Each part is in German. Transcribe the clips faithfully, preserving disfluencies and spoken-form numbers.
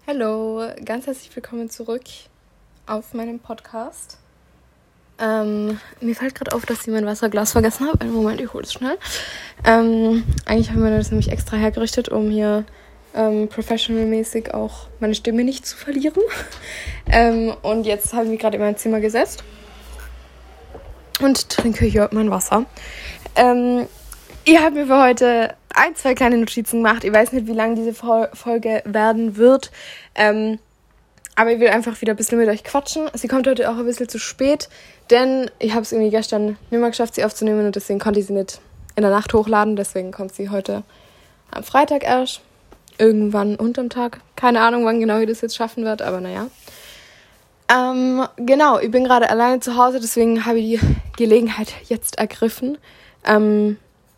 Hallo, ganz herzlich willkommen zurück auf meinem Podcast. Ähm, mir fällt gerade auf, dass ich mein Wasserglas vergessen habe. Einen Moment, ich hole es schnell. Ähm, eigentlich haben wir das nämlich extra hergerichtet, um hier ähm, professional-mäßig auch meine Stimme nicht zu verlieren. ähm, und jetzt habe ich mich gerade in mein Zimmer gesetzt und trinke hier mein Wasser. Ähm, ich habe mir für heute ein, zwei kleine Notizen gemacht. Ich weiß nicht, wie lang diese Folge werden wird. Ähm, aber ich will einfach wieder ein bisschen mit euch quatschen. Sie kommt heute auch ein bisschen zu spät, denn ich habe es irgendwie gestern nicht mehr geschafft, sie aufzunehmen und deswegen konnte ich sie nicht in der Nacht hochladen. Deswegen kommt sie heute am Freitag erst. Irgendwann unterm Tag. Keine Ahnung, wann genau ich das jetzt schaffen wird, aber naja. Ähm, genau, ich bin gerade alleine zu Hause, deswegen habe ich die Gelegenheit jetzt ergriffen, ähm,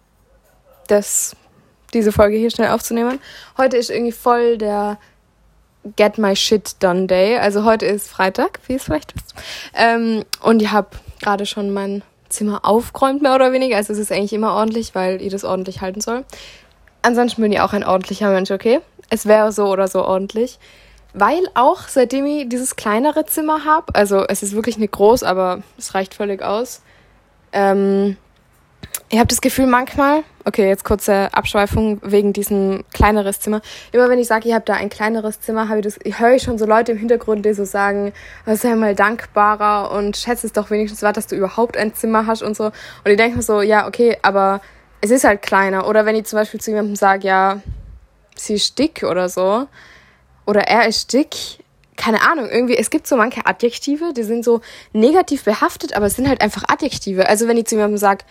das, diese Folge hier schnell aufzunehmen. Heute ist irgendwie voll der Get My Shit Done Day. Also heute ist Freitag, wie es vielleicht wisst. Ähm, und ich habe gerade schon mein Zimmer aufgeräumt, mehr oder weniger. Also es ist eigentlich immer ordentlich, weil ich das ordentlich halten soll. Ansonsten bin ich auch ein ordentlicher Mensch, okay? Es wäre so oder so ordentlich. Weil auch, seitdem ich dieses kleinere Zimmer habe, also es ist wirklich nicht groß, aber es reicht völlig aus. Ähm, ich habe das Gefühl manchmal, okay, jetzt kurze Abschweifung wegen diesem kleineres Zimmer. Immer wenn ich sage, ich habe da ein kleineres Zimmer, habe ich das, ich höre schon so Leute im Hintergrund, die so sagen, sei mal dankbarer und schätze es doch wenigstens wert, dass du überhaupt ein Zimmer hast und so. Und ich denke mir so, ja, okay, aber es ist halt kleiner. Oder wenn ich zum Beispiel zu jemandem sage, ja, sie ist dick oder so, oder er ist dick, keine Ahnung, irgendwie, es gibt so manche Adjektive, die sind so negativ behaftet, aber es sind halt einfach Adjektive. Also wenn ich zu jemandem sage,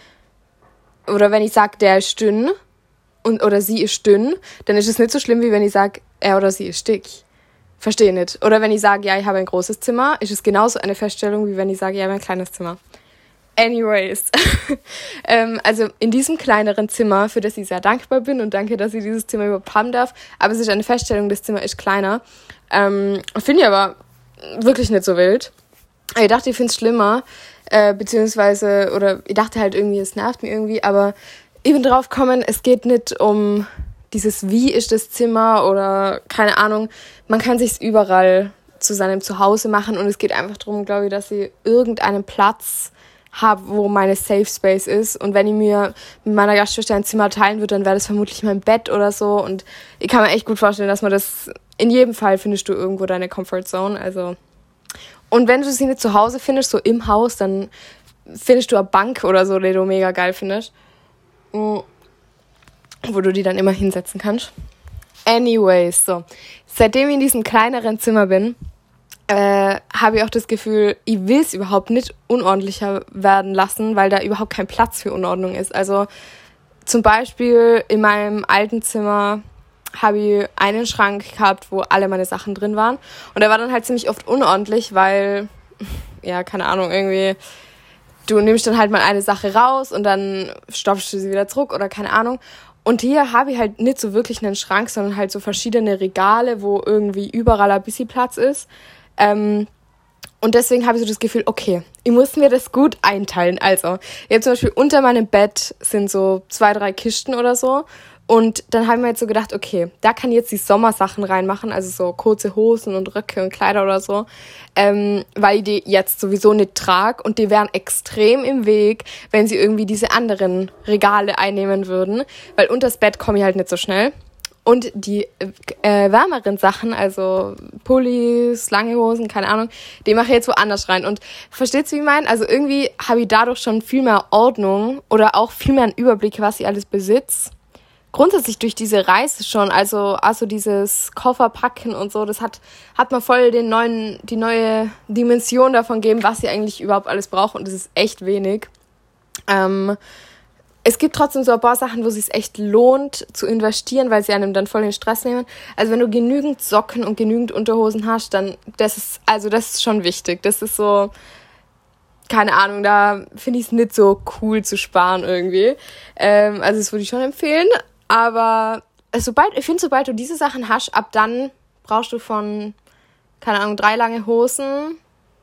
oder wenn ich sage, der ist dünn und, oder sie ist dünn, dann ist es nicht so schlimm, wie wenn ich sage, er oder sie ist dick. Verstehe nicht. Oder wenn ich sage, ja, ich habe ein großes Zimmer, ist es genauso eine Feststellung, wie wenn ich sage, ja, ich habe ein kleines Zimmer. Anyways. ähm, also in diesem kleineren Zimmer, für das ich sehr dankbar bin und danke, dass ich dieses Zimmer überhaupt haben darf, aber es ist eine Feststellung, das Zimmer ist kleiner. Ähm, finde ich aber wirklich nicht so wild. Ich dachte, ich finde es schlimmer, äh, beziehungsweise, oder ich dachte halt irgendwie, es nervt mich irgendwie, aber ich bin drauf gekommen, es geht nicht um dieses Wie ist das Zimmer oder keine Ahnung, man kann sich's überall zu seinem Zuhause machen und es geht einfach darum, glaube ich, dass ich irgendeinen Platz habe, wo meine Safe Space ist und wenn ich mir mit meiner Gastschwester ein Zimmer teilen würde, dann wäre das vermutlich mein Bett oder so und ich kann mir echt gut vorstellen, dass man das, in jedem Fall findest du irgendwo deine Comfort Zone, also. Und wenn du sie nicht zu Hause findest, so im Haus, dann findest du eine Bank oder so, die du mega geil findest. Wo du die dann immer hinsetzen kannst. Anyways, so. Seitdem ich in diesem kleineren Zimmer bin, äh, habe ich auch das Gefühl, ich will es überhaupt nicht unordentlicher werden lassen, weil da überhaupt kein Platz für Unordnung ist. Also zum Beispiel in meinem alten Zimmer habe ich einen Schrank gehabt, wo alle meine Sachen drin waren. Und der war dann halt ziemlich oft unordentlich, weil, ja, keine Ahnung, irgendwie, du nimmst dann halt mal eine Sache raus und dann stopfst du sie wieder zurück oder keine Ahnung. Und hier habe ich halt nicht so wirklich einen Schrank, sondern halt so verschiedene Regale, wo irgendwie überall ein bisschen Platz ist. Ähm, und deswegen habe ich so das Gefühl, okay, ich muss mir das gut einteilen. Also, ich habe zum Beispiel unter meinem Bett sind so zwei, drei Kisten oder so. Und dann haben wir jetzt so gedacht, okay, da kann ich jetzt die Sommersachen reinmachen, also so kurze Hosen und Röcke und Kleider oder so, ähm, weil ich die jetzt sowieso nicht trage und die wären extrem im Weg, wenn sie irgendwie diese anderen Regale einnehmen würden, weil unter das Bett komme ich halt nicht so schnell. Und die äh, wärmeren Sachen, also Pullis, lange Hosen, keine Ahnung, die mache ich jetzt woanders rein. Und versteht's, wie ich meine? Also irgendwie habe ich dadurch schon viel mehr Ordnung oder auch viel mehr einen Überblick, was ich alles besitze. Grundsätzlich durch diese Reise schon, also also dieses Kofferpacken und so, das hat hat mir voll den neuen die neue Dimension davon gegeben, was ich eigentlich überhaupt alles brauche und das ist echt wenig. Ähm, es gibt trotzdem so ein paar Sachen, wo es sich echt lohnt zu investieren, weil sie einem dann voll den Stress nehmen. Also wenn du genügend Socken und genügend Unterhosen hast, dann das ist also das ist schon wichtig. Das ist so, keine Ahnung, da finde ich es nicht so cool zu sparen irgendwie. Ähm, also das würde ich schon empfehlen. Aber sobald, ich finde, sobald du diese Sachen hast, ab dann brauchst du von, keine Ahnung, drei lange Hosen.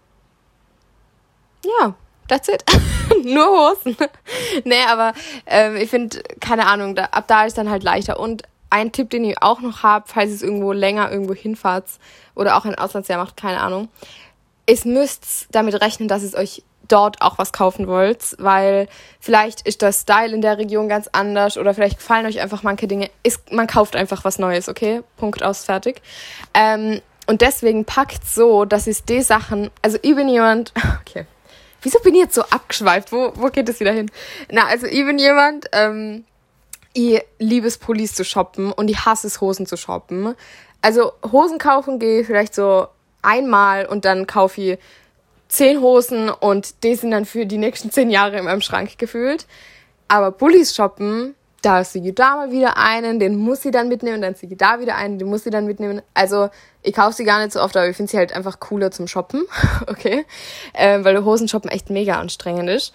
Ja, that's it. Nur Hosen. Nee, aber ähm, ich finde, keine Ahnung, da, ab da ist dann halt leichter. Und ein Tipp, den ich auch noch habe, falls ihr es irgendwo länger irgendwo hinfahrt oder auch ein Auslandsjahr macht, keine Ahnung. Es müsst damit rechnen, dass es euch dort auch was kaufen wollt, weil vielleicht ist der Style in der Region ganz anders oder vielleicht gefallen euch einfach manche Dinge. Ist, man kauft einfach was Neues, okay? Punkt, aus, fertig. Ähm, und deswegen packt so, dass es die Sachen, also ich bin jemand, okay, wieso bin ich jetzt so abgeschweift? Wo, wo geht es wieder hin? Na, also ich bin jemand, ähm, ich liebe es, Pullis zu shoppen und ich hasse es, Hosen zu shoppen. Also Hosen kaufen gehe ich vielleicht so einmal und dann kaufe ich zehn Hosen und die sind dann für die nächsten zehn Jahre in meinem Schrank gefühlt. Aber Pullis shoppen, da sehe ich da mal wieder einen, den muss ich dann mitnehmen, dann sehe ich da wieder einen, den muss ich dann mitnehmen. Also ich kaufe sie gar nicht so oft, aber ich finde sie halt einfach cooler zum Shoppen, okay? Ähm, weil Hosen shoppen echt mega anstrengend ist.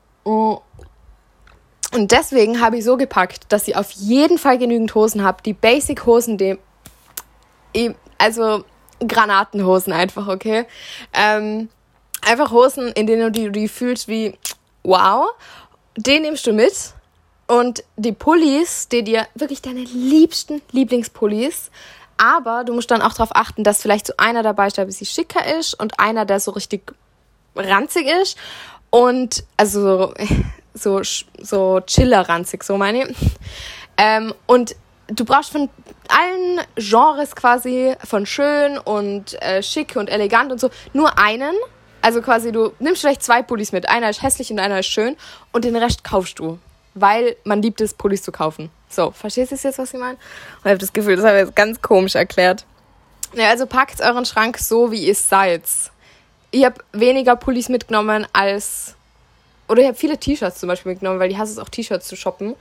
Und deswegen habe ich so gepackt, dass ich auf jeden Fall genügend Hosen habe. Die Basic-Hosen, die, also Granatenhosen einfach, okay? Ähm, einfach Hosen, in denen du die fühlst wie, wow, den nimmst du mit. Und die Pullis, die dir wirklich deine liebsten Lieblingspullis, aber du musst dann auch darauf achten, dass vielleicht so einer dabei ist, der ein bisschen schicker ist und einer, der so richtig ranzig ist. Und, also so, so chiller-ranzig, so meine ich. Ähm, und du brauchst von allen Genres quasi, von schön und äh, schick und elegant und so, nur einen. Also quasi, du nimmst vielleicht zwei Pullis mit. Einer ist hässlich und einer ist schön. Und den Rest kaufst du. Weil man liebt es, Pullis zu kaufen. So, verstehst du jetzt, was ich meine? Und ich habe das Gefühl, das habe ich jetzt ganz komisch erklärt. Ja, also packt euren Schrank so, wie ihr seid. Ich habe weniger Pullis mitgenommen als... Oder ich habe viele T-Shirts zum Beispiel mitgenommen, weil ich hasse es auch, T-Shirts zu shoppen.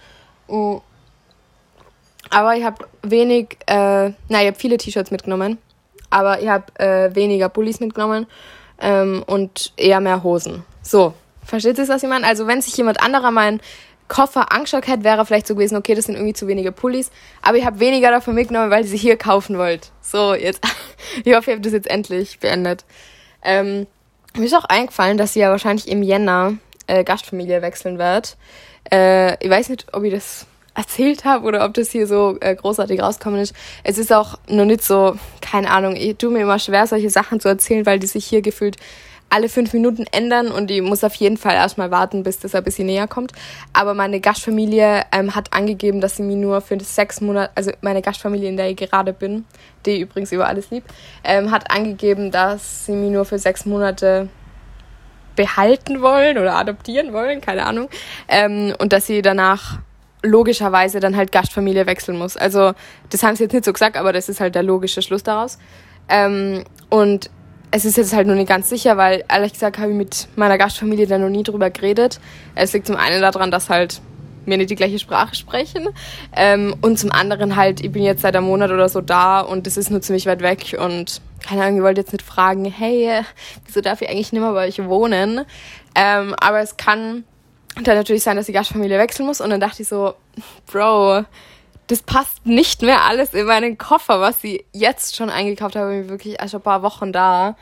Aber ich habe wenig... Äh, nein, ich habe viele T-Shirts mitgenommen. Aber ich habe äh, weniger Pullis mitgenommen. Ähm, und eher mehr Hosen. So, versteht ihr, was ich meine? Also wenn sich jemand anderer meinen Koffer angeschaut hätte, wäre vielleicht so gewesen, okay, das sind irgendwie zu wenige Pullis. Aber ich habe weniger davon mitgenommen, weil ich sie hier kaufen wollte. So, jetzt. Ich hoffe, ihr habt das jetzt endlich beendet. Ähm, mir ist auch eingefallen, dass sie ja wahrscheinlich im Jänner äh, Gastfamilie wechseln wird. Äh, ich weiß nicht, ob ich das erzählt habe oder ob das hier so äh, großartig rausgekommen ist. Es ist auch noch nicht so, keine Ahnung, ich tue mir immer schwer, solche Sachen zu erzählen, weil die sich hier gefühlt alle fünf Minuten ändern und ich muss auf jeden Fall erstmal warten, bis das ein bisschen näher kommt. Aber meine Gastfamilie ähm, hat angegeben, dass sie mir nur für sechs Monate, also meine Gastfamilie, in der ich gerade bin, die ich übrigens über alles lieb, ähm, hat angegeben, dass sie mir nur für sechs Monate behalten wollen oder adoptieren wollen, keine Ahnung. Ähm, und dass sie danach logischerweise dann halt Gastfamilie wechseln muss. Also das haben sie jetzt nicht so gesagt, aber das ist halt der logische Schluss daraus. Ähm, und es ist jetzt halt nur nicht ganz sicher, weil ehrlich gesagt habe ich mit meiner Gastfamilie da noch nie drüber geredet. Es liegt zum einen daran, dass halt wir nicht die gleiche Sprache sprechen ähm, und zum anderen halt, ich bin jetzt seit einem Monat oder so da und das ist nur ziemlich weit weg und keine Ahnung, ich wollte jetzt nicht fragen, hey, wieso darf ich eigentlich nicht mehr bei euch wohnen? Ähm, aber es kann dann natürlich sein, dass die Gastfamilie wechseln muss und dann dachte ich so, Bro, das passt nicht mehr alles in meinen Koffer, was sie jetzt schon eingekauft habe. Ich bin wirklich erst ein paar Wochen da.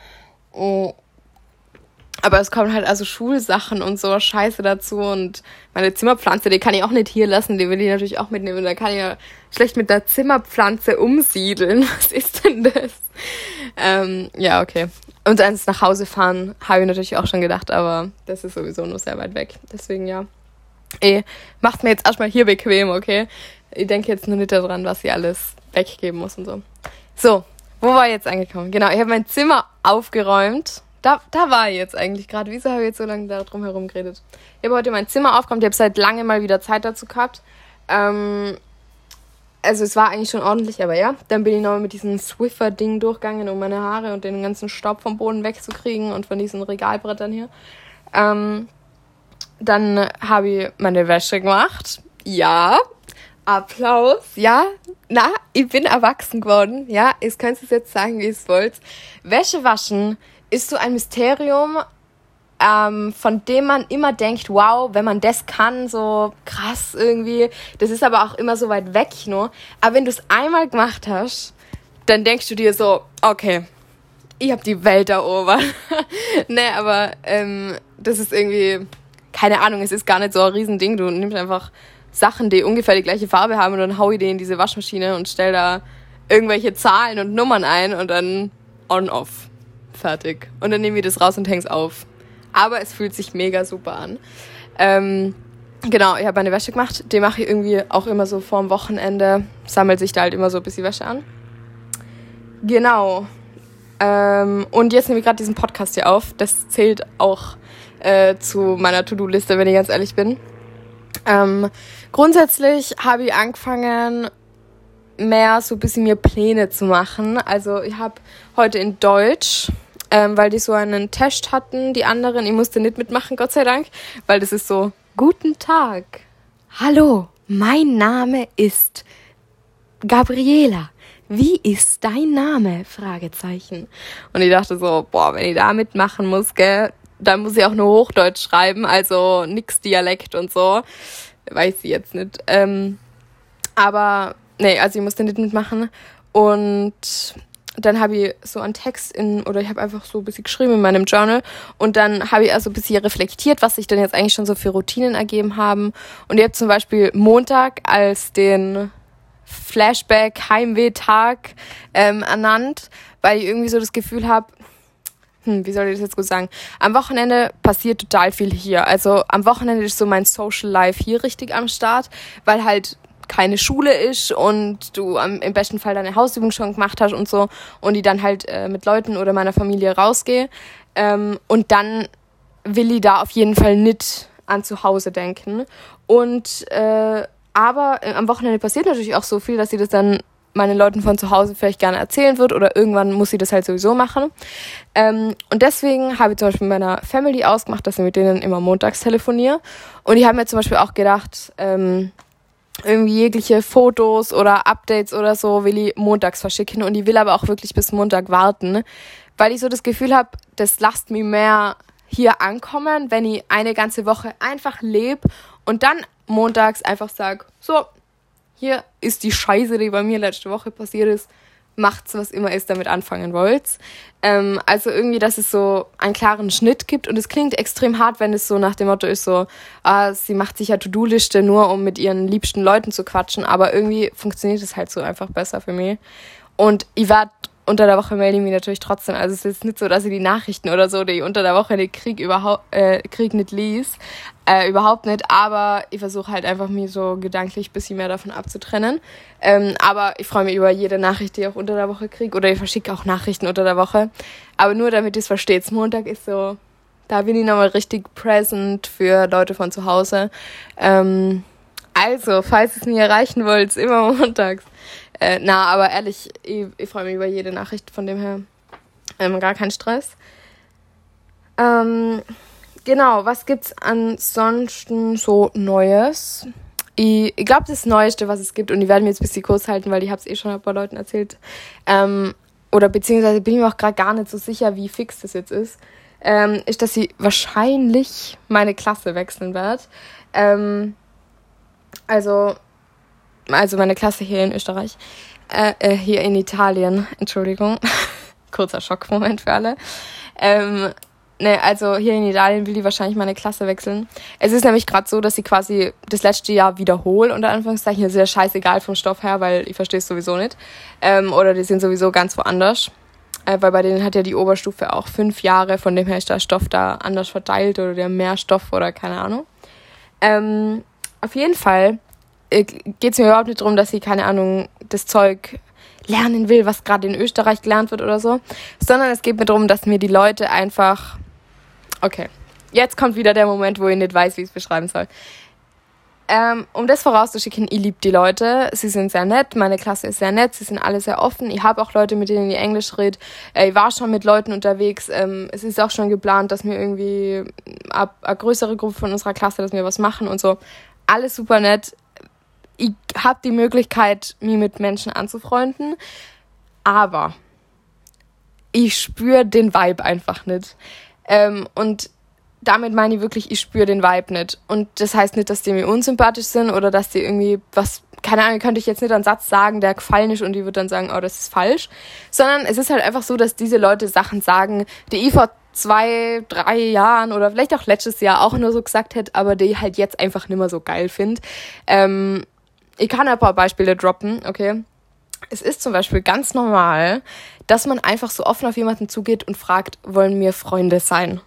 Aber es kommen halt also Schulsachen und so Scheiße dazu. Und meine Zimmerpflanze, die kann ich auch nicht hier lassen. Die will ich natürlich auch mitnehmen. Da kann ich ja schlecht mit der Zimmerpflanze umsiedeln. Was ist denn das? Ähm, ja, okay. Und ans nach Hause fahren habe ich natürlich auch schon gedacht. Aber das ist sowieso nur sehr weit weg. Deswegen ja. Ey, macht mir jetzt erstmal hier bequem, okay? Ich denke jetzt nur nicht daran, was ich alles weggeben muss und so. So, wo war ich jetzt angekommen? Genau, ich habe mein Zimmer aufgeräumt. Da, da war ich jetzt eigentlich gerade. Wieso habe ich jetzt so lange da drum herum geredet? Ich habe heute mein Zimmer aufgeräumt. Ich habe seit langem mal wieder Zeit dazu gehabt. Ähm, also es war eigentlich schon ordentlich, aber ja. Dann bin ich nochmal mit diesem Swiffer-Ding durchgegangen, um meine Haare und den ganzen Staub vom Boden wegzukriegen und von diesen Regalbrettern hier. Ähm, dann habe ich meine Wäsche gemacht. Ja, Applaus, ja, na, ich bin erwachsen geworden, ja, ihr könnt es jetzt sagen, wie ihr es wollt. Wäsche waschen ist so ein Mysterium, ähm, von dem man immer denkt, wow, wenn man das kann, so krass irgendwie, das ist aber auch immer so weit weg, nur. Aber wenn du es einmal gemacht hast, dann denkst du dir so, okay, ich hab die Welt erobert. Nee, aber ähm, das ist irgendwie, keine Ahnung, es ist gar nicht so ein Riesending, du nimmst einfach Sachen, die ungefähr die gleiche Farbe haben, und dann hau ich die in diese Waschmaschine und stell da irgendwelche Zahlen und Nummern ein und dann on-off. Fertig. Und dann nehme ich das raus und häng's auf. Aber es fühlt sich mega super an. Ähm, genau, ich habe meine Wäsche gemacht. Die mache ich irgendwie auch immer so vorm Wochenende. Sammelt sich da halt immer so ein bisschen Wäsche an. Genau. Ähm, und jetzt nehme ich gerade diesen Podcast hier auf. Das zählt auch äh, zu meiner To-Do-Liste, wenn ich ganz ehrlich bin. Ähm, grundsätzlich habe ich angefangen, mehr so ein bisschen mir Pläne zu machen. Also ich habe heute in Deutsch, ähm, weil die so einen Test hatten, die anderen, ich musste nicht mitmachen, Gott sei Dank, weil das ist so, guten Tag, hallo, mein Name ist Gabriela. Wie ist dein Name? Fragezeichen. Und ich dachte so, boah, wenn ich da mitmachen muss, gell, dann muss ich auch nur Hochdeutsch schreiben, also nix Dialekt und so. Weiß ich jetzt nicht. Ähm, aber, nee, also ich musste nicht mitmachen. Und dann habe ich so einen Text in, oder ich habe einfach so ein bisschen geschrieben in meinem Journal. Und dann habe ich also ein bisschen reflektiert, was sich dann jetzt eigentlich schon so für Routinen ergeben haben. Und ich habe zum Beispiel Montag als den Flashback-Heimweh-Tag ähm, ernannt, weil ich irgendwie so das Gefühl habe, hm, wie soll ich das jetzt gut sagen? Am Wochenende passiert total viel hier. Also am Wochenende ist so mein Social Life hier richtig am Start, weil halt keine Schule ist und du am, im besten Fall deine Hausübung schon gemacht hast und so und die dann halt äh, mit Leuten oder meiner Familie rausgehe. Ähm, und dann will ich da auf jeden Fall nicht an zu Hause denken. Und äh, aber äh, am Wochenende passiert natürlich auch so viel, dass ich das dann meinen Leuten von zu Hause vielleicht gerne erzählen wird oder irgendwann muss sie das halt sowieso machen. Ähm, und deswegen habe ich zum Beispiel mit meiner Family ausgemacht, dass ich mit denen immer montags telefoniere. Und ich habe mir zum Beispiel auch gedacht, ähm, irgendwie jegliche Fotos oder Updates oder so will ich montags verschicken und ich will aber auch wirklich bis Montag warten, weil ich so das Gefühl habe, das lasst mich mehr hier ankommen, wenn ich eine ganze Woche einfach lebe und dann montags einfach sage, so, hier ist die Scheiße, die bei mir letzte Woche passiert ist, macht's, was immer ihr damit anfangen wollt. Ähm, also irgendwie, dass es so einen klaren Schnitt gibt und es klingt extrem hart, wenn es so nach dem Motto ist so, ah, sie macht sich ja To-Do-Liste nur, um mit ihren liebsten Leuten zu quatschen, aber irgendwie funktioniert es halt so einfach besser für mich. Und ich werde unter der Woche melde ich mich natürlich trotzdem, also es ist jetzt nicht so, dass ich die Nachrichten oder so, die ich unter der Woche den Krieg überhaupt äh, Krieg nicht lies, äh, überhaupt nicht, aber ich versuche halt einfach mir so gedanklich ein bisschen mehr davon abzutrennen, ähm, aber ich freue mich über jede Nachricht, die ich auch unter der Woche kriege, oder ich verschicke auch Nachrichten unter der Woche, aber nur damit ihr es versteht, Montag ist so, da bin ich nochmal richtig present für Leute von zu Hause, ähm, also, falls ihr es nie erreichen wollt, immer montags. Äh, na, aber ehrlich, ich, ich freue mich über jede Nachricht, von dem her ähm, gar kein Stress. Ähm, genau, was gibt's ansonsten so Neues? Ich, ich glaube, das Neueste, was es gibt, und die werden mir jetzt ein bisschen kurz halten, weil ich habe es eh schon ein paar Leuten erzählt, ähm, oder beziehungsweise bin ich mir auch gerade gar nicht so sicher, wie fix das jetzt ist, ähm, ist, dass ich wahrscheinlich meine Klasse wechseln werde. Ähm, also... Also meine Klasse hier in Österreich, äh, äh, hier in Italien, Entschuldigung, kurzer Schockmoment für alle. Ähm, ne, also hier in Italien will die wahrscheinlich meine Klasse wechseln. Es ist nämlich gerade so, dass sie quasi das letzte Jahr wiederholen, unter Anführungszeichen. Das ist ja scheißegal vom Stoff her, weil ich verstehe es sowieso nicht. Ähm, oder die sind sowieso ganz woanders. Äh, weil bei denen hat ja die Oberstufe auch fünf Jahre, von dem her ist der Stoff da anders verteilt oder der mehr Stoff oder keine Ahnung. Ähm, auf jeden Fall geht es mir überhaupt nicht darum, dass ich, keine Ahnung, das Zeug lernen will, was gerade in Österreich gelernt wird oder so, sondern es geht mir darum, dass mir die Leute einfach... Okay, jetzt kommt wieder der Moment, wo ich nicht weiß, wie ich es beschreiben soll. Ähm, um das vorauszuschicken, ich liebe die Leute, sie sind sehr nett, meine Klasse ist sehr nett, sie sind alle sehr offen, ich habe auch Leute, mit denen ich Englisch rede, äh, ich war schon mit Leuten unterwegs, ähm, es ist auch schon geplant, dass wir irgendwie ab eine größere Gruppe von unserer Klasse, dass wir was machen und so, alles super nett. Ich habe die Möglichkeit, mich mit Menschen anzufreunden, aber ich spüre den Vibe einfach nicht. Ähm, und damit meine ich wirklich, ich spüre den Vibe nicht. Und das heißt nicht, dass die mir unsympathisch sind oder dass die irgendwie was, keine Ahnung, könnte ich jetzt nicht einen Satz sagen, der gefallen ist und die wird dann sagen, oh, das ist falsch. Sondern es ist halt einfach so, dass diese Leute Sachen sagen, die ich vor zwei, drei Jahren oder vielleicht auch letztes Jahr auch nur so gesagt hätte, aber die halt jetzt einfach nicht mehr so geil finde. Ähm, ich kann ein paar Beispiele droppen, okay? Es ist zum Beispiel ganz normal, dass man einfach so offen auf jemanden zugeht und fragt, wollen wir Freunde sein?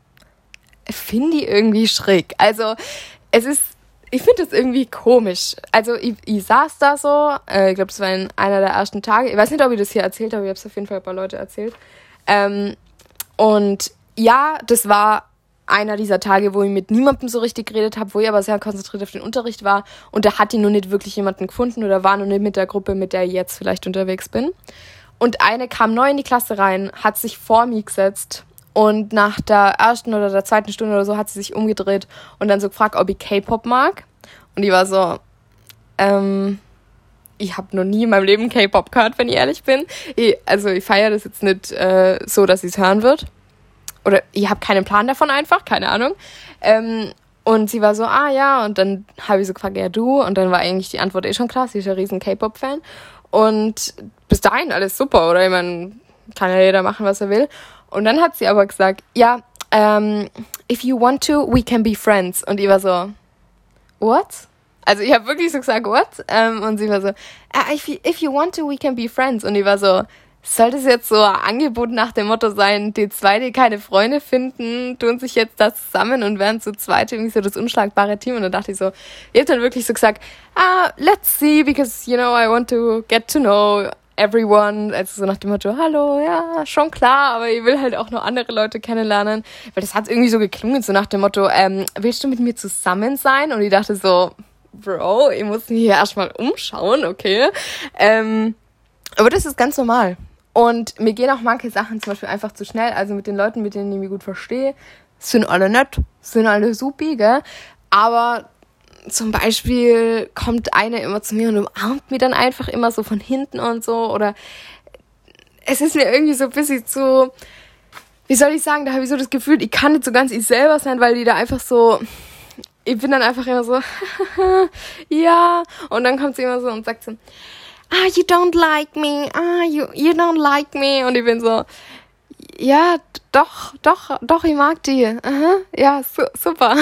Finde ich irgendwie schräg. Also, es ist, ich finde das irgendwie komisch. Also, ich, ich saß da so, äh, ich glaube, das war in einer der ersten Tage. Ich weiß nicht, ob ich das hier erzählt habe, ich habe es auf jeden Fall ein paar Leute erzählt. Ähm, und ja, das war einer dieser Tage, wo ich mit niemandem so richtig geredet habe, wo ich aber sehr konzentriert auf den Unterricht war. Und da hat die nur nicht wirklich jemanden gefunden oder war nur nicht mit der Gruppe, mit der ich jetzt vielleicht unterwegs bin. Und eine kam neu in die Klasse rein, hat sich vor mir gesetzt und nach der ersten oder der zweiten Stunde oder so hat sie sich umgedreht und dann so gefragt, ob ich K-Pop mag. Und ich war so, ähm... ich habe noch nie in meinem Leben K-Pop gehört, wenn ich ehrlich bin. Ich, also ich feiere das jetzt nicht äh, so, dass ich es hören wird. Oder ich habe keinen Plan davon einfach, keine Ahnung. Ähm, und sie war so, ah ja, und dann habe ich so gefragt, ja du? Und dann war eigentlich die Antwort eh schon klar, sie ist ein riesen K-Pop-Fan. Und bis dahin alles super, oder? Ich meine, kann ja jeder machen, was er will. Und dann hat sie aber gesagt, ja, um, if you want to, we can be friends. Und ich war so, what? Also ich habe wirklich so gesagt, what? Ähm, und sie war so, ah, if, you, if you want to, we can be friends. Und ich war so, soll das jetzt so ein Angebot nach dem Motto sein, die zwei, die keine Freunde finden, tun sich jetzt da zusammen und werden zu zweit irgendwie so das unschlagbare Team. Und dann dachte ich so, ich habe dann wirklich so gesagt, ah, let's see, because, you know, I want to get to know everyone. Also so nach dem Motto, hallo, ja, schon klar, aber ich will halt auch noch andere Leute kennenlernen. Weil das hat irgendwie so geklungen, so nach dem Motto, ähm, willst du mit mir zusammen sein? Und ich dachte so, Bro, ich muss mich hier erstmal umschauen, okay? Ähm, aber das ist ganz normal. Und mir gehen auch manche Sachen zum Beispiel einfach zu schnell. Also mit den Leuten, mit denen ich mich gut verstehe, sind alle nett, sind alle supi, gell? Aber zum Beispiel kommt eine immer zu mir und umarmt mich dann einfach immer so von hinten und so. Oder es ist mir irgendwie so ein bisschen zu, wie soll ich sagen, da habe ich so das Gefühl, ich kann nicht so ganz ich selber sein, weil die da einfach so... Ich bin dann einfach immer so, ja. Und dann kommt sie immer so und sagt so, ah, you don't like me, ah, you, you don't like me. Und ich bin so, ja, doch, doch, doch, ich mag die. Aha, ja, su- super.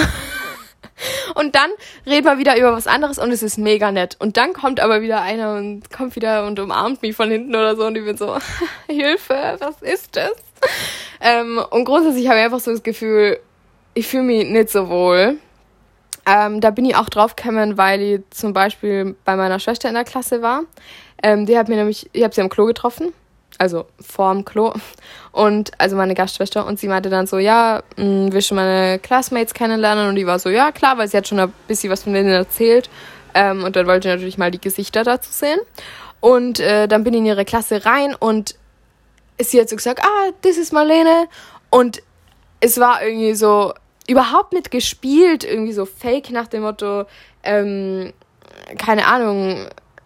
Und dann reden wir wieder über was anderes und es ist mega nett. Und dann kommt aber wieder einer und kommt wieder und umarmt mich von hinten oder so. Und ich bin so, Hilfe, was ist das? Ähm, und grundsätzlich habe ich einfach so das Gefühl, ich fühle mich nicht so wohl. Ähm, da bin ich auch drauf gekommen, weil ich zum Beispiel bei meiner Schwester in der Klasse war. Ähm, die hat mir nämlich, ich habe sie am Klo getroffen, also vorm Klo, und also meine Gastschwester, und sie meinte dann so, ja, mh, willst du meine Classmates kennenlernen? Und die war so, ja klar, weil sie hat schon ein bisschen was von denen erzählt, ähm, und dann wollte ich natürlich mal die Gesichter dazu sehen. Und äh, dann bin ich in ihre Klasse rein und sie hat so gesagt, ah, das ist Marlene, und es war irgendwie so überhaupt nicht gespielt, irgendwie so fake nach dem Motto, ähm, keine Ahnung,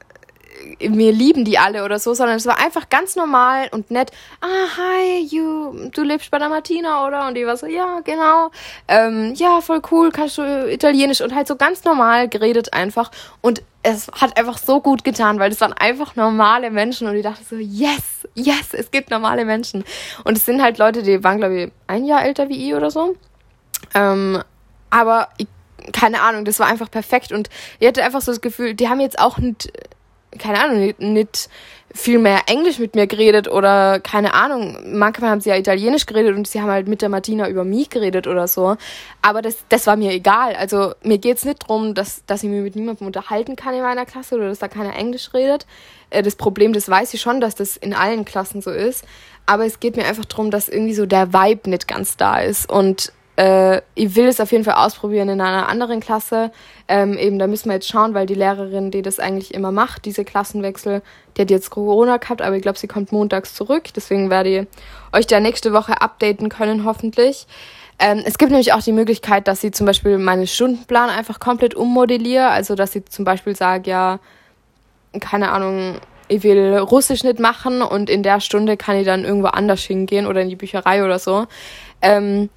wir lieben die alle oder so, sondern es war einfach ganz normal und nett. Ah, hi, you, du lebst bei der Martina, oder? Und die war so, ja, genau. Ähm, ja, voll cool, kannst du Italienisch? Und halt so ganz normal geredet einfach. Und es hat einfach so gut getan, weil das waren einfach normale Menschen. Und ich dachte so, yes, yes, es gibt normale Menschen. Und es sind halt Leute, die waren, glaube ich, ein Jahr älter wie ich oder so. Ähm, aber ich, keine Ahnung, das war einfach perfekt und ich hatte einfach so das Gefühl, die haben jetzt auch nicht, keine Ahnung, nicht, nicht viel mehr Englisch mit mir geredet oder keine Ahnung, manchmal haben sie ja Italienisch geredet und sie haben halt mit der Martina über mich geredet oder so, aber das, das war mir egal, also mir geht's nicht darum, dass, dass ich mich mit niemandem unterhalten kann in meiner Klasse oder dass da keiner Englisch redet. Das Problem, das weiß ich schon, dass das in allen Klassen so ist, aber es geht mir einfach darum, dass irgendwie so der Vibe nicht ganz da ist und Äh, ich will es auf jeden Fall ausprobieren in einer anderen Klasse. Ähm, eben, da müssen wir jetzt schauen, weil die Lehrerin, die das eigentlich immer macht, diese Klassenwechsel, die hat jetzt Corona gehabt, aber ich glaube, sie kommt montags zurück. Deswegen werde ich euch da nächste Woche updaten können, hoffentlich. Ähm, es gibt nämlich auch die Möglichkeit, dass ich zum Beispiel meinen Stundenplan einfach komplett ummodelliere. Also, dass ich zum Beispiel sage, ja, keine Ahnung, ich will Russisch nicht machen und in der Stunde kann ich dann irgendwo anders hingehen oder in die Bücherei oder so. Ähm,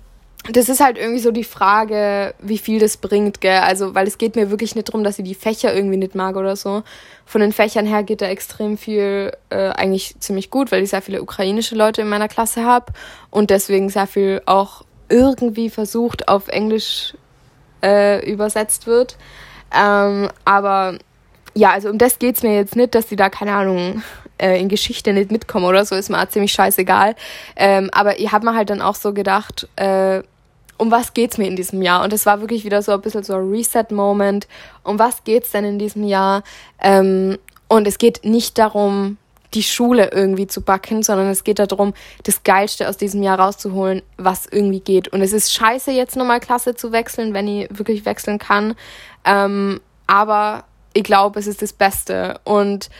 das ist halt irgendwie so die Frage, wie viel das bringt, gell? Also, weil es geht mir wirklich nicht darum, dass ich die Fächer irgendwie nicht mag oder so. Von den Fächern her geht da extrem viel äh, eigentlich ziemlich gut, weil ich sehr viele ukrainische Leute in meiner Klasse habe und deswegen sehr viel auch irgendwie versucht auf Englisch äh, übersetzt wird. Ähm, aber ja, also um das geht's mir jetzt nicht, dass die da, keine Ahnung, äh, in Geschichte nicht mitkommen oder so, ist mir auch ziemlich scheißegal. Ähm, aber ich habe mir halt dann auch so gedacht, äh, um was geht's mir in diesem Jahr? Und es war wirklich wieder so ein bisschen so ein Reset-Moment. Um was geht's denn in diesem Jahr? Ähm, und es geht nicht darum, die Schule irgendwie zu backen, sondern es geht darum, das Geilste aus diesem Jahr rauszuholen, was irgendwie geht. Und es ist scheiße, jetzt nochmal Klasse zu wechseln, wenn ich wirklich wechseln kann. Ähm, aber ich glaube, es ist das Beste. Und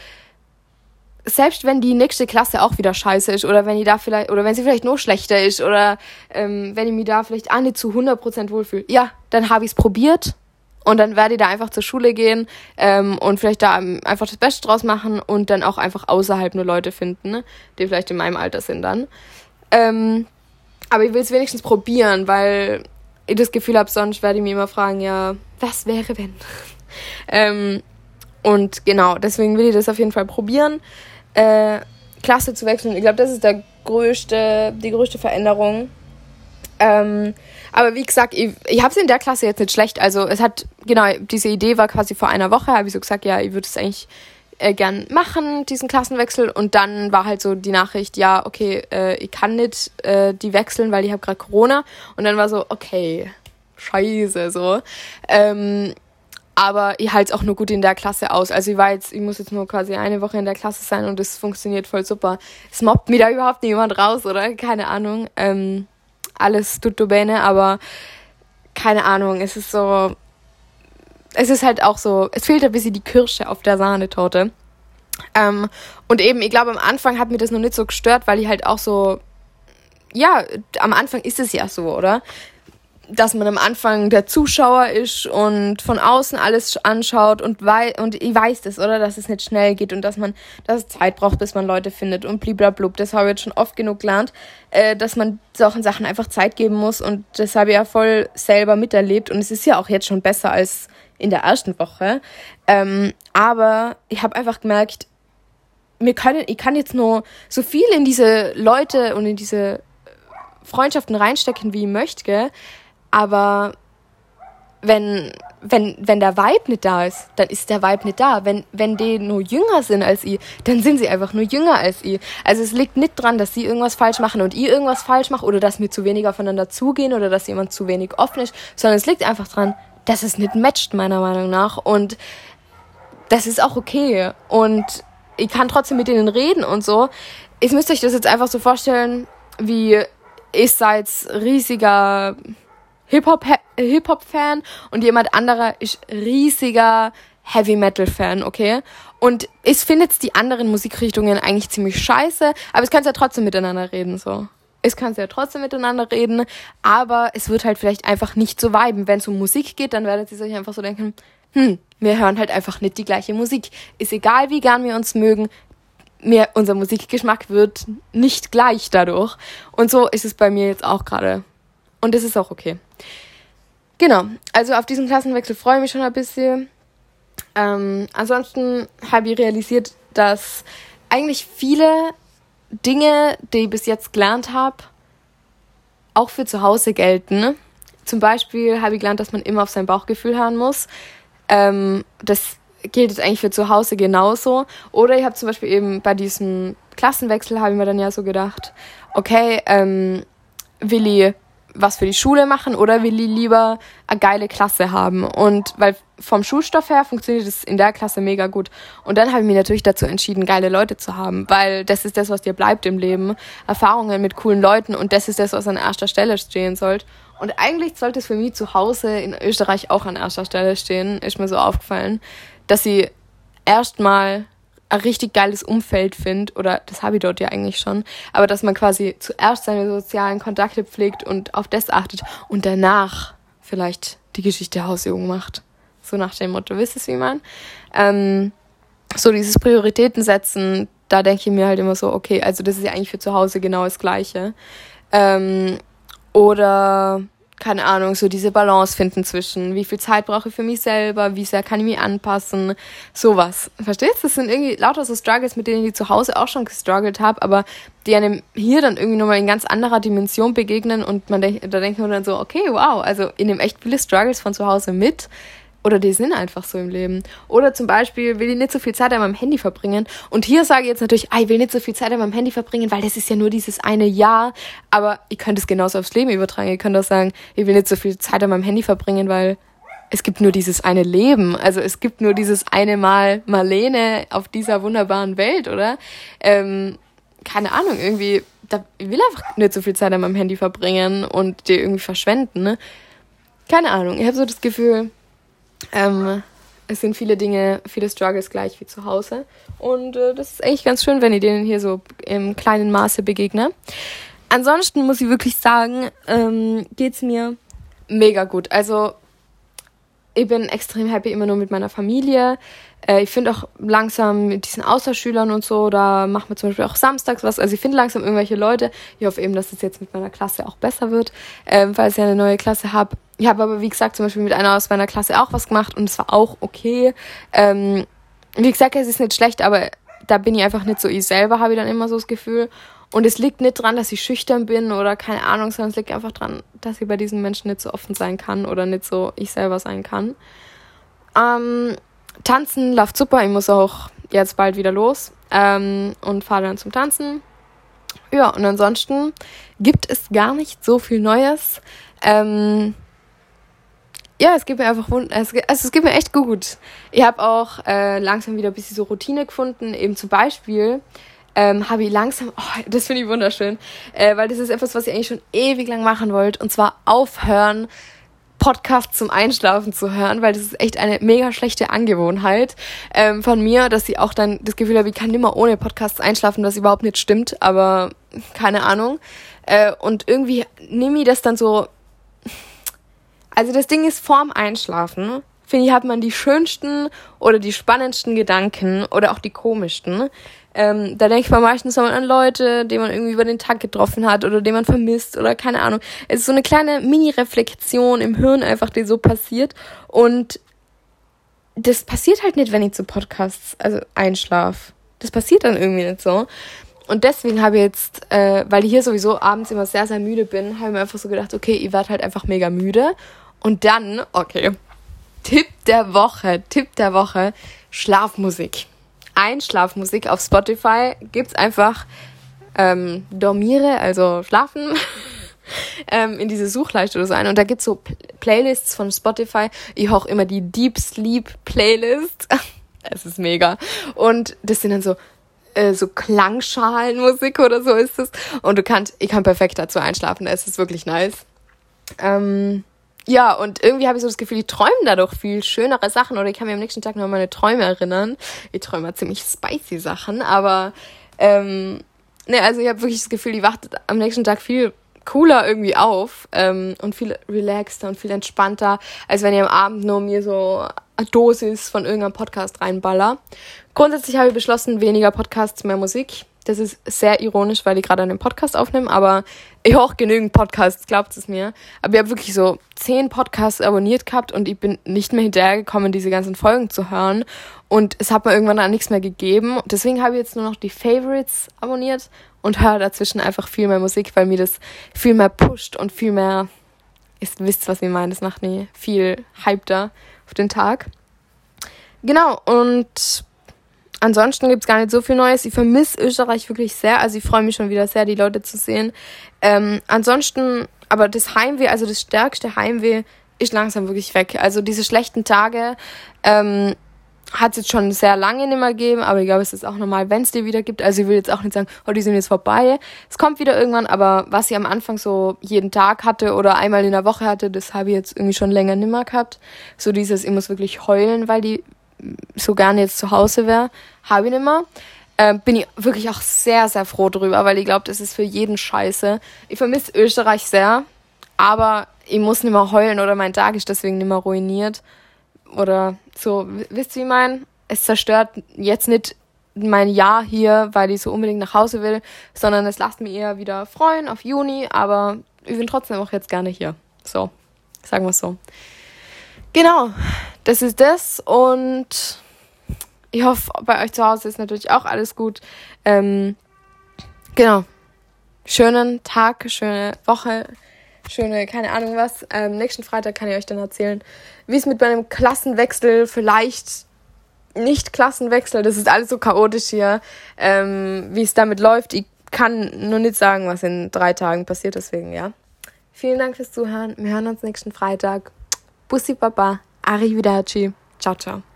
selbst wenn die nächste Klasse auch wieder scheiße ist oder wenn die da vielleicht oder wenn sie vielleicht noch schlechter ist oder ähm, wenn ich mich da vielleicht auch nicht zu hundert Prozent wohlfühle, ja, dann habe ich es probiert und dann werde ich da einfach zur Schule gehen ähm, und vielleicht da einfach das Beste draus machen und dann auch einfach außerhalb nur Leute finden, ne, die vielleicht in meinem Alter sind dann. Ähm, aber ich will es wenigstens probieren, weil ich das Gefühl habe, sonst werde ich mich immer fragen, ja, was wäre wenn? ähm, und genau, deswegen will ich das auf jeden Fall probieren. Äh, Klasse zu wechseln. Ich glaube, das ist der größte, die größte Veränderung. Ähm, aber wie gesagt, ich, ich habe es in der Klasse jetzt nicht schlecht. Also es hat, genau, diese Idee war quasi vor einer Woche, habe ich so gesagt, ja, ich würde es eigentlich äh, gern machen, diesen Klassenwechsel. Und dann war halt so die Nachricht, ja, okay, äh, ich kann nicht äh, die wechseln, weil ich habe gerade Corona. Und dann war so, okay, scheiße, so. Ähm, Aber ich halte es auch nur gut in der Klasse aus. Also ich war jetzt, ich muss jetzt nur quasi eine Woche in der Klasse sein und das funktioniert voll super. Es mobbt mir da überhaupt niemand raus, oder? Keine Ahnung. Ähm, alles tutto bene, aber keine Ahnung. Es ist so, es ist halt auch so, es fehlt ein bisschen die Kirsche auf der Sahnetorte. Ähm, und eben, ich glaube, am Anfang hat mir das noch nicht so gestört, weil ich halt auch so, ja, am Anfang ist es ja so, oder? Dass man am Anfang der Zuschauer ist und von außen alles anschaut und wei- und ich weiß das, oder? Dass es nicht schnell geht und dass man, dass es Zeit braucht, bis man Leute findet und bliblablub. Das habe ich jetzt schon oft genug gelernt, äh, dass man solchen Sachen einfach Zeit geben muss und das habe ich ja voll selber miterlebt und es ist ja auch jetzt schon besser als in der ersten Woche. Ähm, aber ich habe einfach gemerkt, wir können, ich kann jetzt nur so viel in diese Leute und in diese Freundschaften reinstecken, wie ich möchte, gell? Aber wenn, wenn, wenn der Vibe nicht da ist, dann ist der Vibe nicht da. Wenn, wenn die nur jünger sind als ich, dann sind sie einfach nur jünger als ich. Also es liegt nicht dran, dass sie irgendwas falsch machen und ich irgendwas falsch mache oder dass wir zu wenig aufeinander zugehen oder dass jemand zu wenig offen ist, sondern es liegt einfach dran, dass es nicht matcht, meiner Meinung nach. Und das ist auch okay. Und ich kann trotzdem mit denen reden und so. Ich müsst euch das jetzt einfach so vorstellen, wie ich seid riesiger Hip-Hop, Hip-Hop-Fan und jemand anderer ist riesiger Heavy-Metal-Fan, okay? Und ich finde jetzt die anderen Musikrichtungen eigentlich ziemlich scheiße, aber es kann ja trotzdem miteinander reden, so. Es kann ja trotzdem miteinander reden, aber es wird halt vielleicht einfach nicht so viben. Wenn es um Musik geht, dann werdet ihr euch einfach so denken, hm, wir hören halt einfach nicht die gleiche Musik. Ist egal, wie gern wir uns mögen, mir, unser Musikgeschmack wird nicht gleich dadurch. Und so ist es bei mir jetzt auch gerade. Und das ist auch okay. Genau, also auf diesen Klassenwechsel freue ich mich schon ein bisschen. Ähm, ansonsten habe ich realisiert, dass eigentlich viele Dinge, die ich bis jetzt gelernt habe, auch für zu Hause gelten. Zum Beispiel habe ich gelernt, dass man immer auf sein Bauchgefühl hören muss. Ähm, das gilt jetzt eigentlich für zu Hause genauso. Oder ich habe zum Beispiel eben bei diesem Klassenwechsel, habe ich mir dann ja so gedacht, okay, ähm, will ich was für die Schule machen oder will ich lieber eine geile Klasse haben? Und weil vom Schulstoff her funktioniert es in der Klasse mega gut. Und dann habe ich mich natürlich dazu entschieden, geile Leute zu haben, weil das ist das, was dir bleibt im Leben. Erfahrungen mit coolen Leuten und das ist das, was an erster Stelle stehen sollte. Und eigentlich sollte es für mich zu Hause in Österreich auch an erster Stelle stehen, ist mir so aufgefallen, dass sie erstmal ein richtig geiles Umfeld finde, oder das habe ich dort ja eigentlich schon, aber dass man quasi zuerst seine sozialen Kontakte pflegt und auf das achtet und danach vielleicht die Geschichte Hausjugend macht. So nach dem Motto, wisst ihr, wie man? Ähm, so dieses Prioritäten setzen, da denke ich mir halt immer so, okay, also das ist ja eigentlich für zu Hause genau das Gleiche. Ähm, oder keine Ahnung, so diese Balance finden zwischen, wie viel Zeit brauche ich für mich selber, wie sehr kann ich mich anpassen, sowas. Verstehst du? Das sind irgendwie lauter so Struggles, mit denen ich zu Hause auch schon gestruggelt habe, aber die einem hier dann irgendwie nochmal in ganz anderer Dimension begegnen und man denk, da denkt man dann so, okay, wow, also ich nehme echt viele Struggles von zu Hause mit. Oder die sind einfach so im Leben. Oder zum Beispiel will ich nicht so viel Zeit an meinem Handy verbringen. Und hier sage ich jetzt natürlich, ah, ich will nicht so viel Zeit an meinem Handy verbringen, weil das ist ja nur dieses eine Jahr. Aber ich könnte es genauso aufs Leben übertragen. Ich könnte auch sagen, ich will nicht so viel Zeit an meinem Handy verbringen, weil es gibt nur dieses eine Leben. Also es gibt nur dieses eine Mal Marlene auf dieser wunderbaren Welt, oder? Ähm, keine Ahnung, irgendwie, da, ich will einfach nicht so viel Zeit an meinem Handy verbringen und die irgendwie verschwenden, ne? Keine Ahnung, ich habe so das Gefühl, Ähm, es sind viele Dinge, viele Struggles gleich wie zu Hause. Und äh, das ist eigentlich ganz schön, wenn ich denen hier so im kleinen Maße begegne. Ansonsten muss ich wirklich sagen, ähm, geht's mir mega gut. Also ich bin extrem happy immer nur mit meiner Familie. Äh, ich finde auch langsam mit diesen Austauschschülern und so, da machen wir zum Beispiel auch samstags was. Also ich finde langsam irgendwelche Leute. Ich hoffe eben, dass es jetzt mit meiner Klasse auch besser wird, äh, weil ich ja eine neue Klasse habe. Ich habe aber, wie gesagt, zum Beispiel mit einer aus meiner Klasse auch was gemacht und es war auch okay. Ähm, wie gesagt, es ist nicht schlecht, aber da bin ich einfach nicht so ich selber, habe ich dann immer so das Gefühl. Und es liegt nicht dran, dass ich schüchtern bin oder keine Ahnung, sondern es liegt einfach dran, dass ich bei diesen Menschen nicht so offen sein kann oder nicht so ich selber sein kann. Ähm, Tanzen läuft super, ich muss auch jetzt bald wieder los ähm, und fahre dann zum Tanzen. Ja, und ansonsten gibt es gar nicht so viel Neues. Ähm, Ja, es geht mir einfach wund- also es geht mir echt gut. Ich habe auch äh, langsam wieder ein bisschen so Routine gefunden. Eben zum Beispiel ähm, habe ich langsam, oh, das finde ich wunderschön, äh, weil das ist etwas, was ich eigentlich schon ewig lang machen wollte. Und zwar aufhören, Podcasts zum Einschlafen zu hören, weil das ist echt eine mega schlechte Angewohnheit ähm, von mir, dass ich auch dann das Gefühl habe, ich kann nimmer ohne Podcasts einschlafen, was überhaupt nicht stimmt, aber keine Ahnung. Äh, und irgendwie nehme ich das dann so. Also das Ding ist, vorm Einschlafen, finde ich, hat man die schönsten oder die spannendsten Gedanken oder auch die komischsten. Ähm, da denkt man meistens an Leute, die man irgendwie über den Tag getroffen hat oder die man vermisst oder keine Ahnung. Es ist so eine kleine Mini-Reflexion im Hirn einfach, die so passiert. Und das passiert halt nicht, wenn ich zu Podcasts also einschlafe. Das passiert dann irgendwie nicht so. Und deswegen habe ich jetzt, äh, weil ich hier sowieso abends immer sehr, sehr müde bin, habe ich mir einfach so gedacht, okay, ich werde halt einfach mega müde. Und dann, okay, Tipp der Woche, Tipp der Woche, Schlafmusik. Einschlafmusik auf Spotify gibt's einfach ähm, Dormiere, also schlafen, ähm, in diese Suchleiste oder so ein. Und da gibt's so P- Playlists von Spotify. Ich höre immer die Deep Sleep Playlist. Es ist mega. Und das sind dann so so Klangschalenmusik oder so ist es. Und du kannst, ich kann perfekt dazu einschlafen. Es ist wirklich nice. Ähm, ja, und irgendwie habe ich so das Gefühl, ich träume dadurch viel schönere Sachen oder ich kann mir am nächsten Tag noch an meine Träume erinnern. Ich träume ziemlich spicy Sachen, aber ähm, ne, also ich habe wirklich das Gefühl, die wacht am nächsten Tag viel cooler irgendwie auf ähm, und viel relaxter und viel entspannter, als wenn ich am Abend nur mir so eine Dosis von irgendeinem Podcast reinballer. Grundsätzlich habe ich beschlossen, weniger Podcasts, mehr Musik. Das ist sehr ironisch, weil ich gerade einen Podcast aufnehme, aber ich höre auch genügend Podcasts, glaubt es mir. Aber ich habe wirklich so zehn Podcasts abonniert gehabt und ich bin nicht mehr hinterhergekommen, diese ganzen Folgen zu hören. Und es hat mir irgendwann dann nichts mehr gegeben. Deswegen habe ich jetzt nur noch die Favorites abonniert und höre dazwischen einfach viel mehr Musik, weil mir das viel mehr pusht und viel mehr, ihr wisst, was ich meine, das macht mich viel hypter auf den Tag. Genau, und ansonsten gibt's gar nicht so viel Neues. Ich vermisse Österreich wirklich sehr. Also ich freue mich schon wieder sehr, die Leute zu sehen. Ähm, ansonsten, aber das Heimweh, also das stärkste Heimweh ist langsam wirklich weg. Also diese schlechten Tage ähm, hat es jetzt schon sehr lange nicht mehr gegeben, aber ich glaube, es ist auch normal, wenn es die wieder gibt. Also ich will jetzt auch nicht sagen, oh, die sind jetzt vorbei. Es kommt wieder irgendwann, aber was ich am Anfang so jeden Tag hatte oder einmal in der Woche hatte, das habe ich jetzt irgendwie schon länger nicht mehr gehabt. So dieses, ich muss wirklich heulen, weil die so gerne jetzt zu Hause wäre, habe ich nicht mehr. Ähm, bin ich wirklich auch sehr, sehr froh drüber, weil ich glaube, das ist für jeden scheiße. Ich vermisse Österreich sehr, aber ich muss nicht mehr heulen oder mein Tag ist deswegen nicht mehr ruiniert. Oder so, wisst ihr, wie ich meine? Es zerstört jetzt nicht mein Jahr hier, weil ich so unbedingt nach Hause will, sondern es lasst mich eher wieder freuen auf Juni, aber ich bin trotzdem auch jetzt gerne hier. So, sagen wir es so. Genau, das ist das und ich hoffe, bei euch zu Hause ist natürlich auch alles gut. Ähm, genau, schönen Tag, schöne Woche, schöne, keine Ahnung was. Ähm, nächsten Freitag kann ich euch dann erzählen, wie es mit meinem Klassenwechsel, vielleicht nicht Klassenwechsel, das ist alles so chaotisch hier, ähm, wie es damit läuft. Ich kann nur nicht sagen, was in drei Tagen passiert, deswegen, ja. Vielen Dank fürs Zuhören. Wir hören uns nächsten Freitag. Bussi Baba, Arrivederci. Ciao, ciao.